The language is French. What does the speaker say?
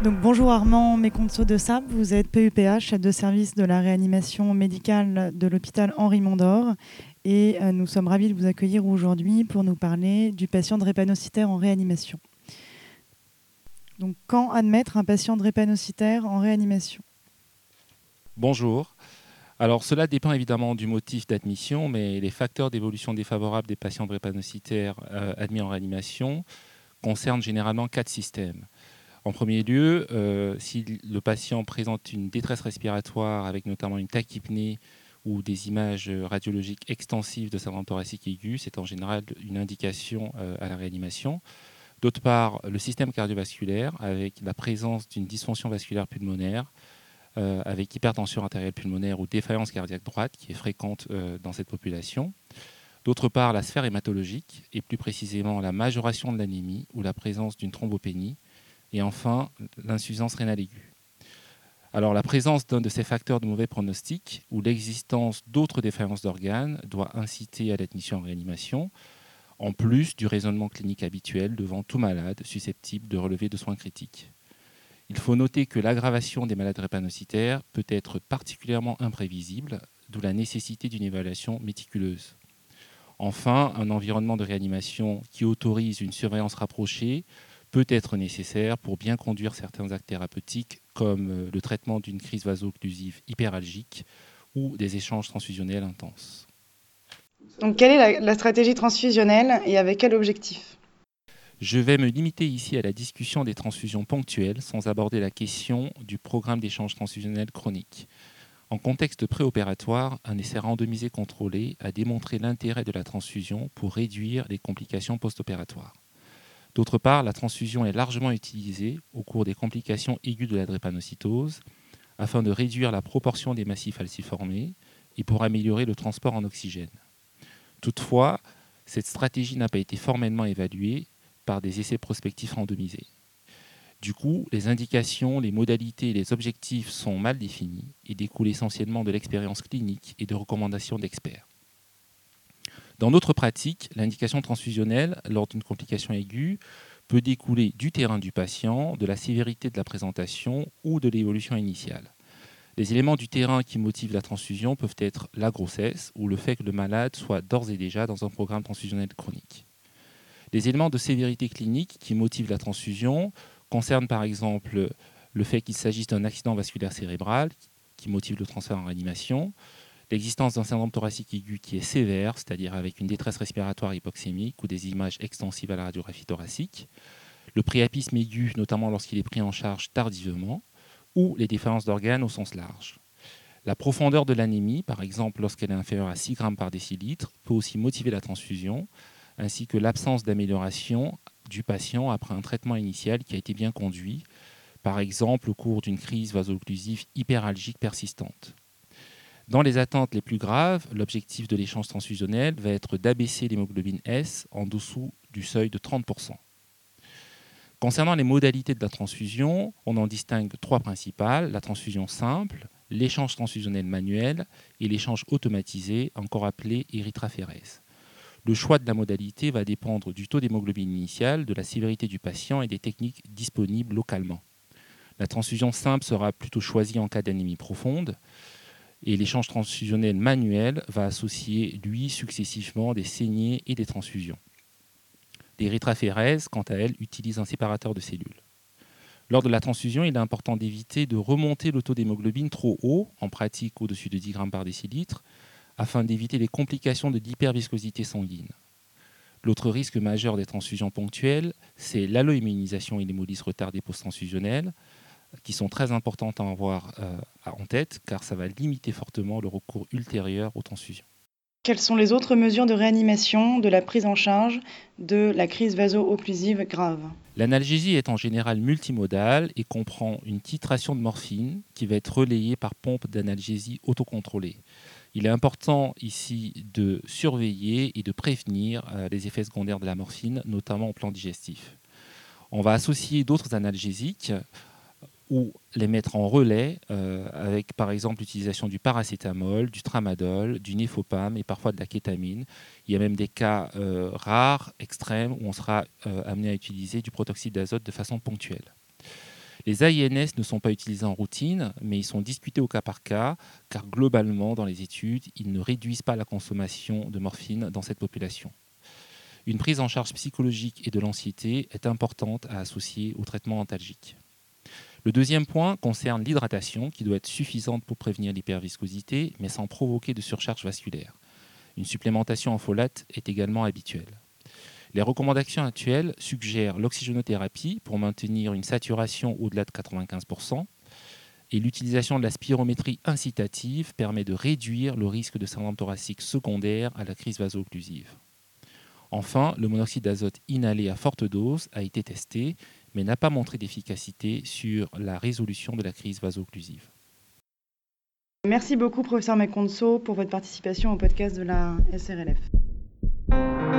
Donc, bonjour Armand Méconso de Sable, vous êtes PUPH, chef de service de la réanimation médicale de l'hôpital Henri Mondor. Et nous sommes ravis de vous accueillir aujourd'hui pour nous parler du patient drépanocytaire en réanimation. Donc, quand admettre un patient drépanocytaire en réanimation ? Bonjour. Alors, cela dépend évidemment du motif d'admission, mais les facteurs d'évolution défavorable des patients drépanocytaires admis en réanimation concernent généralement 4 systèmes. En premier lieu, si le patient présente une détresse respiratoire avec notamment une tachypnée ou des images radiologiques extensives de syndrome thoracique aigu, c'est en général une indication à la réanimation. D'autre part, le système cardiovasculaire avec la présence d'une dysfonction vasculaire pulmonaire, avec hypertension artérielle pulmonaire ou défaillance cardiaque droite qui est fréquente dans cette population. D'autre part, la sphère hématologique et plus précisément la majoration de l'anémie ou la présence d'une thrombopénie. Et enfin, l'insuffisance rénale aiguë. Alors, la présence d'un de ces facteurs de mauvais pronostic ou l'existence d'autres défaillances d'organes doit inciter à l'admission en réanimation, en plus du raisonnement clinique habituel devant tout malade susceptible de relever de soins critiques. Il faut noter que l'aggravation des malades drépanocytaires peut être particulièrement imprévisible, d'où la nécessité d'une évaluation méticuleuse. Enfin, un environnement de réanimation qui autorise une surveillance rapprochée peut être nécessaire pour bien conduire certains actes thérapeutiques comme le traitement d'une crise vaso-occlusive hyperalgique ou des échanges transfusionnels intenses. Donc, quelle est la stratégie transfusionnelle et avec quel objectif ? Je vais me limiter ici à la discussion des transfusions ponctuelles sans aborder la question du programme d'échange transfusionnel chronique. En contexte préopératoire, un essai randomisé contrôlé a démontré l'intérêt de la transfusion pour réduire les complications post-opératoires. D'autre part, la transfusion est largement utilisée au cours des complications aiguës de la drépanocytose afin de réduire la proportion des massifs falciformés et pour améliorer le transport en oxygène. Toutefois, cette stratégie n'a pas été formellement évaluée par des essais prospectifs randomisés. Du coup, les indications, les modalités et les objectifs sont mal définis et découlent essentiellement de l'expérience clinique et de recommandations d'experts. Dans notre pratique, l'indication transfusionnelle lors d'une complication aiguë peut découler du terrain du patient, de la sévérité de la présentation ou de l'évolution initiale. Les éléments du terrain qui motivent la transfusion peuvent être la grossesse ou le fait que le malade soit d'ores et déjà dans un programme transfusionnel chronique. Les éléments de sévérité clinique qui motivent la transfusion concernent par exemple le fait qu'il s'agisse d'un accident vasculaire cérébral qui motive le transfert en réanimation, l'existence d'un syndrome thoracique aigu qui est sévère, c'est-à-dire avec une détresse respiratoire hypoxémique ou des images extensives à la radiographie thoracique, le priapisme aigu, notamment lorsqu'il est pris en charge tardivement, ou les défaillances d'organes au sens large. La profondeur de l'anémie, par exemple lorsqu'elle est inférieure à 6 grammes par décilitre, peut aussi motiver la transfusion, ainsi que l'absence d'amélioration du patient après un traitement initial qui a été bien conduit, par exemple au cours d'une crise vaso-occlusive hyperalgique persistante. Dans les attentes les plus graves, l'objectif de l'échange transfusionnel va être d'abaisser l'hémoglobine S en dessous du seuil de 30%. Concernant les modalités de la transfusion, on en distingue 3 principales, la transfusion simple, l'échange transfusionnel manuel et l'échange automatisé, encore appelé érythraphérèse. Le choix de la modalité va dépendre du taux d'hémoglobine initial, de la sévérité du patient et des techniques disponibles localement. La transfusion simple sera plutôt choisie en cas d'anémie profonde et l'échange transfusionnel manuel va associer, lui, successivement des saignées et des transfusions. L'érythraphérèse, quant à elle, utilise un séparateur de cellules. Lors de la transfusion, il est important d'éviter de remonter le taux d'hémoglobine trop haut, en pratique au-dessus de 10 grammes par décilitre, afin d'éviter les complications de l'hyperviscosité sanguine. L'autre risque majeur des transfusions ponctuelles, c'est l'alloimmunisation et l'hémolyse retardée post-transfusionnelle, qui sont très importantes à avoir en tête, car ça va limiter fortement le recours ultérieur aux transfusions. Quelles sont les autres mesures de réanimation de la prise en charge de la crise vaso-occlusive grave ? L'analgésie est en général multimodale et comprend une titration de morphine qui va être relayée par pompe d'analgésie autocontrôlée. Il est important ici de surveiller et de prévenir les effets secondaires de la morphine, notamment au plan digestif. On va associer d'autres analgésiques ou les mettre en relais avec par exemple l'utilisation du paracétamol, du tramadol, du néfopam et parfois de la kétamine. Il y a même des cas rares, extrêmes, où on sera amené à utiliser du protoxyde d'azote de façon ponctuelle. Les AINS ne sont pas utilisés en routine, mais ils sont discutés au cas par cas, car globalement, dans les études, ils ne réduisent pas la consommation de morphine dans cette population. Une prise en charge psychologique et de l'anxiété est importante à associer au traitement antalgique. Le deuxième point concerne l'hydratation, qui doit être suffisante pour prévenir l'hyperviscosité, mais sans provoquer de surcharge vasculaire. Une supplémentation en folate est également habituelle. Les recommandations actuelles suggèrent l'oxygénothérapie pour maintenir une saturation au-delà de 95%, et l'utilisation de la spirométrie incitative permet de réduire le risque de syndrome thoracique secondaire à la crise vaso-occlusive. Enfin, le monoxyde d'azote inhalé à forte dose a été testé, mais n'a pas montré d'efficacité sur la résolution de la crise vaso-occlusive. Merci beaucoup, professeur Mekonso, pour votre participation au podcast de la SRLF.